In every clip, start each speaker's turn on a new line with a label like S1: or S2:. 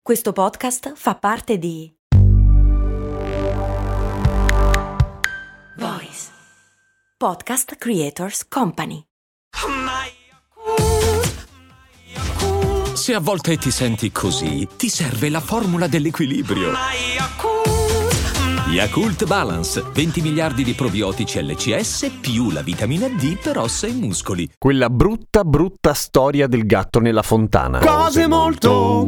S1: Questo podcast fa parte di Voice Podcast Creators Company.
S2: Se a volte ti senti così, ti serve la formula dell'equilibrio. Yakult Balance, 20 miliardi di probiotici LCS più la vitamina D per ossa e muscoli.
S3: Quella brutta storia del gatto nella fontana.
S4: Cose molto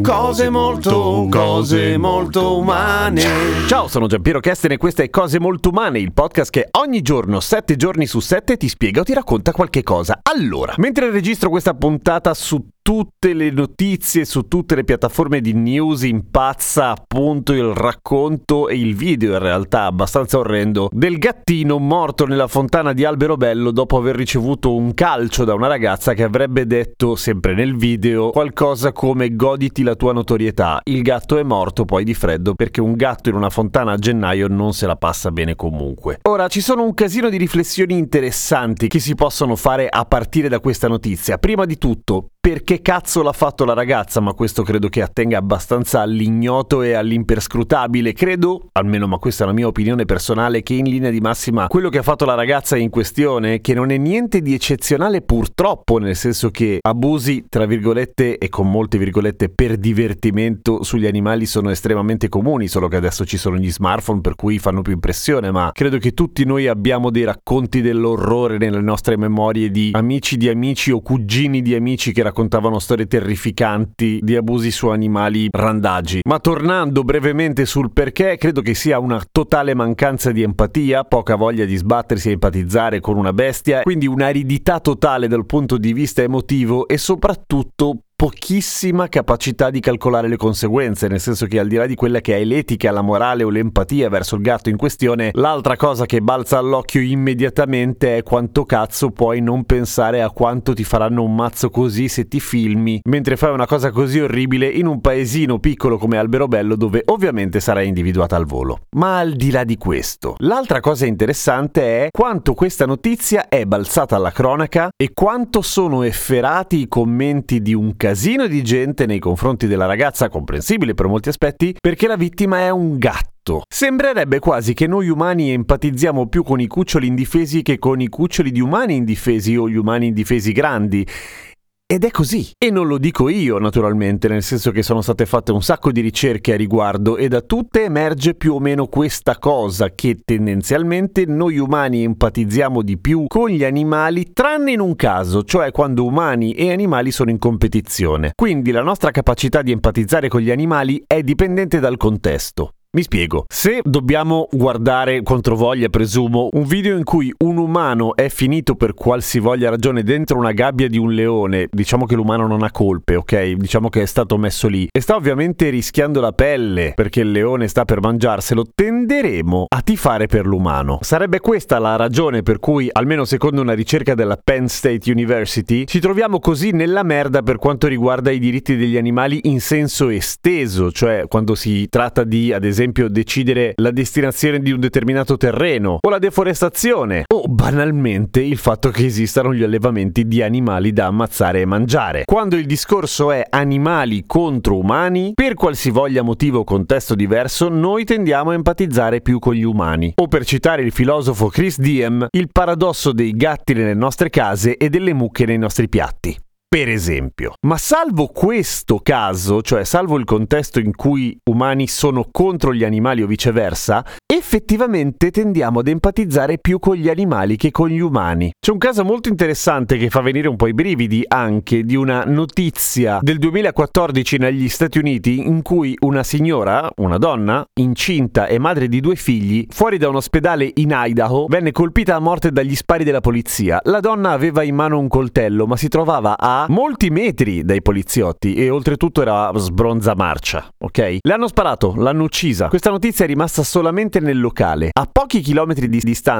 S4: umane.
S3: Ciao, sono Giampiero Kesten e questa è Cose Molto Umane, il podcast che ogni giorno, 7 giorni su 7, ti spiega o ti racconta qualche cosa. Allora, mentre registro questa puntata su tutte le notizie, su tutte le piattaforme di news, impazza appunto il racconto e il video in realtà abbastanza orrendo del gattino morto nella fontana di Alberobello dopo aver ricevuto un calcio da una ragazza che avrebbe detto, sempre nel video, qualcosa come goditi la tua notorietà. Il gatto è morto poi di freddo perché un gatto in una fontana a gennaio non se la passa bene comunque. Ora, ci sono un casino di riflessioni interessanti che si possono fare a partire da questa notizia. Prima di tutto, perché cazzo l'ha fatto la ragazza? Ma questo credo che attenga abbastanza all'ignoto e all'imperscrutabile. Credo, almeno ma questa è la mia opinione personale, che in linea di massima quello che ha fatto la ragazza in questione, che non è niente di eccezionale purtroppo, nel senso che abusi, tra virgolette e con molte virgolette, per divertimento sugli animali sono estremamente comuni, solo che adesso ci sono gli smartphone per cui fanno più impressione, ma credo che tutti noi abbiamo dei racconti dell'orrore nelle nostre memorie di amici o cugini di amici che raccontavano storie terrificanti di abusi su animali randagi. Ma tornando brevemente sul perché, credo che sia una totale mancanza di empatia, poca voglia di sbattersi a empatizzare con una bestia, quindi un'aridità totale dal punto di vista emotivo e soprattutto pochissima capacità di calcolare le conseguenze, nel senso che al di là di quella che è l'etica, la morale o l'empatia verso il gatto in questione, l'altra cosa che balza all'occhio immediatamente è quanto cazzo puoi non pensare a quanto ti faranno un mazzo così se ti filmi mentre fai una cosa così orribile in un paesino piccolo come Alberobello, dove ovviamente sarai individuata al volo. Ma al di là di questo, l'altra cosa interessante è quanto questa notizia è balzata alla cronaca e quanto sono efferati i commenti di un casino di gente nei confronti della ragazza, comprensibile per molti aspetti, perché la vittima è un gatto. Sembrerebbe quasi che noi umani empatizziamo più con i cuccioli indifesi che con i cuccioli di umani indifesi o gli umani indifesi grandi. Ed è così. E non lo dico io, naturalmente, nel senso che sono state fatte un sacco di ricerche a riguardo e da tutte emerge più o meno questa cosa, che tendenzialmente noi umani empatizziamo di più con gli animali, tranne in un caso, cioè quando umani e animali sono in competizione. Quindi la nostra capacità di empatizzare con gli animali è dipendente dal contesto. Mi spiego. Se dobbiamo guardare controvoglia, presumo, un video in cui un umano è finito per qualsivoglia ragione dentro una gabbia di un leone, diciamo che l'umano non ha colpe, ok? Diciamo che è stato messo lì e sta ovviamente rischiando la pelle perché il leone sta per mangiarselo, tenderemo a tifare per l'umano. Sarebbe questa la ragione per cui, almeno secondo una ricerca della Penn State University, ci troviamo così nella merda per quanto riguarda i diritti degli animali in senso esteso, cioè quando si tratta di, ad esempio, decidere la destinazione di un determinato terreno o la deforestazione o banalmente il fatto che esistano gli allevamenti di animali da ammazzare e mangiare. Quando il discorso è animali contro umani, per qualsivoglia motivo o contesto diverso, noi tendiamo a empatizzare più con gli umani. O per citare il filosofo Chris Diem, il paradosso dei gatti nelle nostre case e delle mucche nei nostri piatti. Per esempio. Ma salvo questo caso, cioè salvo il contesto in cui umani sono contro gli animali o viceversa, effettivamente tendiamo ad empatizzare più con gli animali che con gli umani. C'è un caso molto interessante che fa venire un po' i brividi anche di una notizia del 2014 negli Stati Uniti in cui una signora, una donna, incinta e madre di 2 figli, fuori da un ospedale in Idaho, venne colpita a morte dagli spari della polizia. La donna aveva in mano un coltello ma si trovava a molti metri dai poliziotti e oltretutto era sbronzamarcia, ok? Le hanno sparato, l'hanno uccisa. Questa notizia è rimasta solamente nel locale. A pochi chilometri di distanza,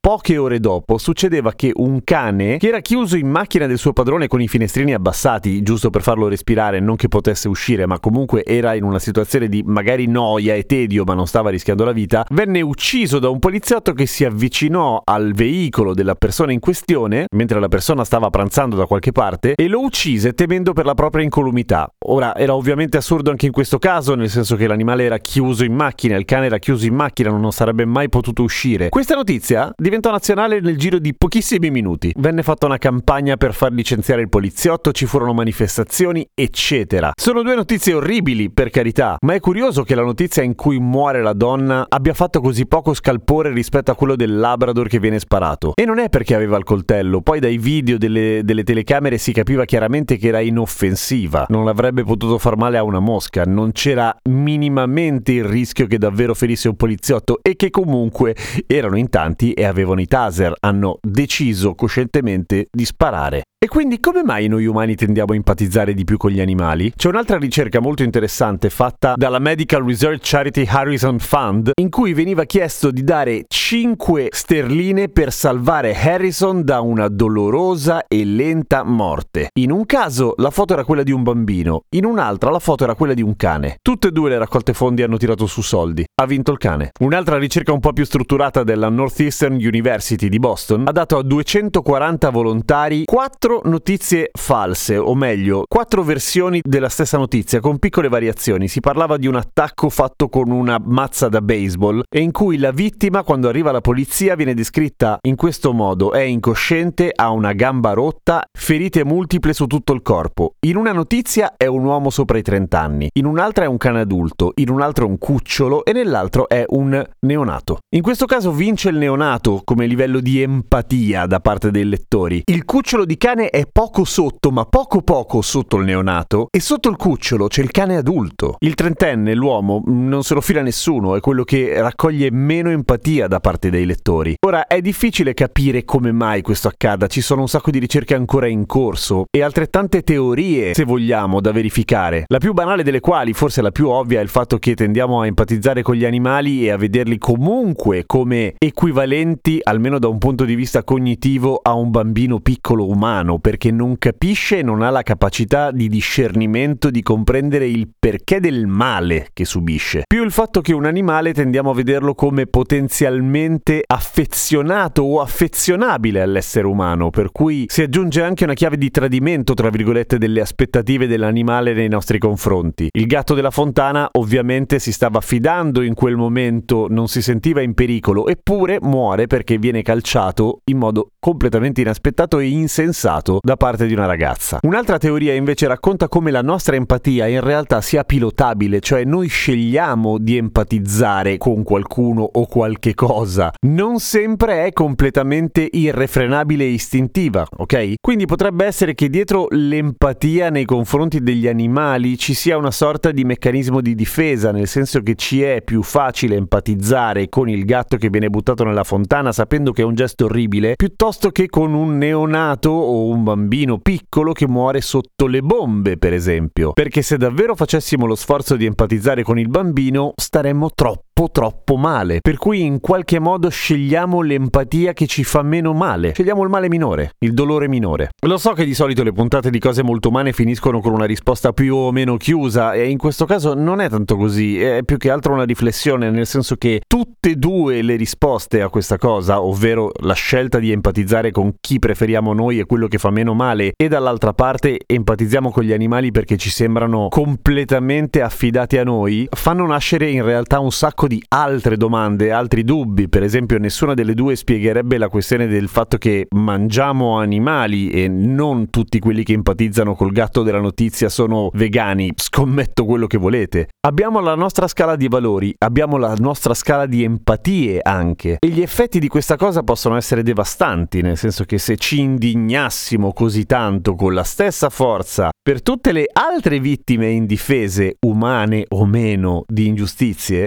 S3: poche ore dopo succedeva che un cane, che era chiuso in macchina del suo padrone con i finestrini abbassati, giusto per farlo respirare, non che potesse uscire, ma comunque era in una situazione di magari noia e tedio, ma non stava rischiando la vita, venne ucciso da un poliziotto che si avvicinò al veicolo della persona in questione, mentre la persona stava pranzando da qualche parte, e lo uccise temendo per la propria incolumità. Ora, era ovviamente assurdo anche in questo caso, nel senso che l'animale era chiuso in macchina, il cane era chiuso in macchina, non sarebbe mai potuto uscire. Questa notizia diventò nazionale nel giro di pochissimi minuti. Venne fatta una campagna per far licenziare il poliziotto, ci furono manifestazioni, eccetera. Sono due notizie orribili, per carità, ma è curioso che la notizia in cui muore la donna abbia fatto così poco scalpore rispetto a quello del Labrador che viene sparato. E non è perché aveva il coltello, poi dai video delle telecamere si capiva chiaramente che era inoffensiva, non avrebbe potuto far male a una mosca, non c'era minimamente il rischio che davvero ferisse un poliziotto, e che comunque erano in tanti e avevano i taser, hanno deciso coscientemente di sparare. E quindi come mai noi umani tendiamo a empatizzare di più con gli animali? C'è un'altra ricerca molto interessante fatta dalla Medical Research Charity Harrison Fund, in cui veniva chiesto di dare 5 sterline per salvare Harrison da una dolorosa e lenta morte. In un caso la foto era quella di un bambino, in un'altra la foto era quella di un cane. Tutte e due le raccolte fondi hanno tirato su soldi. Ha vinto il cane. Un'altra ricerca un po' più strutturata della Northeastern University di Boston ha dato a 240 volontari 4 notizie false, o meglio, 4 versioni della stessa notizia con piccole variazioni. Si parlava di un attacco fatto con una mazza da baseball e in cui la vittima, quando arriva la polizia, viene descritta in questo modo: è incosciente, ha una gamba rotta, ferite multiple su tutto il corpo. In una notizia è un uomo sopra i 30 anni, in un'altra è un cane adulto, in un altro è un cucciolo e nell'altro è un neonato. In questo caso vince il neonato come livello di empatia da parte dei lettori. Il cucciolo di cane è poco sotto, ma poco sotto il neonato, e sotto il cucciolo c'è il cane adulto. Il trentenne, l'uomo, non se lo fila nessuno, è quello che raccoglie meno empatia da parte dei lettori. Ora, è difficile capire come mai questo accada, ci sono un sacco di ricerche ancora in corso e altrettante teorie, se vogliamo, da verificare. La più banale delle quali, forse la più ovvia, è il fatto che tendiamo a empatizzare con gli animali e a vederli comunque come equivalenti, almeno da un punto di vista cognitivo, a un bambino piccolo umano, perché non capisce e non ha la capacità di discernimento di comprendere il perché del male che subisce. Più il fatto che un animale tendiamo a vederlo come potenzialmente affezionato o affezionabile all'essere umano, per cui si aggiunge anche una chiave di tradimento, tra virgolette, delle aspettative dell'animale nei nostri confronti. Il gatto della fontana ovviamente si stava fidando in quel momento, non si sentiva in pericolo, eppure muore perché viene calciato in modo completamente inaspettato e insensato da parte di una ragazza. Un'altra teoria invece racconta come la nostra empatia in realtà sia pilotabile, cioè noi scegliamo di empatizzare con qualcuno o qualche cosa. Non sempre è completamente irrefrenabile e istintiva, ok? Quindi potrebbe essere che dietro l'empatia nei confronti degli animali ci sia una sorta di meccanismo di difesa, nel senso che ci è più facile empatizzare con il gatto che viene buttato nella fontana sapendo che è un gesto orribile, piuttosto che con un neonato o un bambino piccolo che muore sotto le bombe, per esempio. Perché se davvero facessimo lo sforzo di empatizzare con il bambino, staremmo troppo male, per cui in qualche modo scegliamo l'empatia che ci fa meno male, scegliamo il male minore, il dolore minore. Lo so che di solito le puntate di Cose Molto Umane finiscono con una risposta più o meno chiusa, e in questo caso non è tanto così, è più che altro una riflessione, nel senso che tutte e due le risposte a questa cosa, ovvero la scelta di empatizzare con chi preferiamo noi e quello che fa meno male, e dall'altra parte empatizziamo con gli animali perché ci sembrano completamente affidati a noi, fanno nascere in realtà un sacco di altre domande, altri dubbi. Per esempio, nessuna delle due spiegherebbe la questione del fatto che mangiamo animali e non tutti quelli che empatizzano col gatto della notizia sono vegani. Scommetto quello che volete. Abbiamo la nostra scala di valori, abbiamo la nostra scala di empatie anche, e gli effetti di questa cosa possono essere devastanti, nel senso che se ci indignassimo così tanto con la stessa forza per tutte le altre vittime indifese, umane o meno, di ingiustizie, la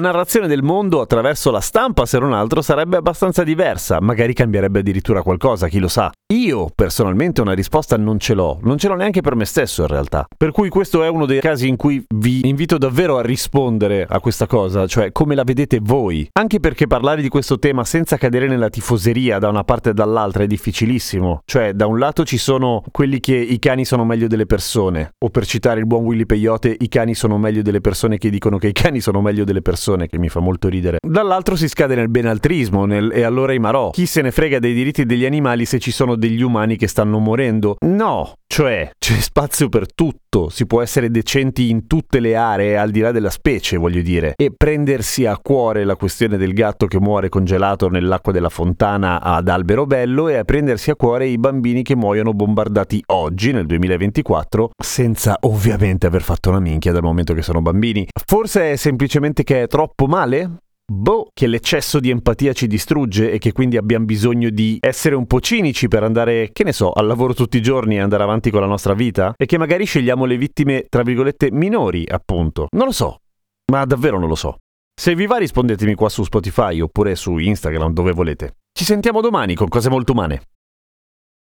S3: narrazione del mondo attraverso la stampa, se non altro, sarebbe abbastanza diversa, magari cambierebbe addirittura qualcosa, chi lo sa. Io personalmente una risposta non ce l'ho neanche per me stesso in realtà, per cui questo è uno dei casi in cui vi invito davvero a rispondere a questa cosa, cioè come la vedete voi, anche perché parlare di questo tema senza cadere nella tifoseria da una parte e dall'altra è difficilissimo, cioè da un lato ci sono quelli che i cani sono meglio delle persone, o per citare il buon Willy Peyote, i cani sono meglio delle persone che dicono che i cani sono meglio delle persone, che mi fa molto ridere. Dall'altro si scade nel benaltrismo, e allora i marò. Chi se ne frega dei diritti degli animali se ci sono degli umani che stanno morendo? No, cioè c'è spazio per tutto, si può essere decenti in tutte le aree al di là della specie, voglio dire, e prendersi a cuore la questione del gatto che muore congelato nell'acqua della fontana ad Alberobello e a prendersi a cuore i bambini che muoiono bombardati oggi nel 2024 senza ovviamente aver fatto una minchia dal momento che sono bambini. Forse è semplicemente che è troppo male? Che l'eccesso di empatia ci distrugge e che quindi abbiamo bisogno di essere un po' cinici per andare, che ne so, al lavoro tutti i giorni e andare avanti con la nostra vita? E che magari scegliamo le vittime, tra virgolette, minori, appunto. Non lo so, ma davvero non lo so. Se vi va rispondetemi qua su Spotify oppure su Instagram, dove volete. Ci sentiamo domani con cose molto umane.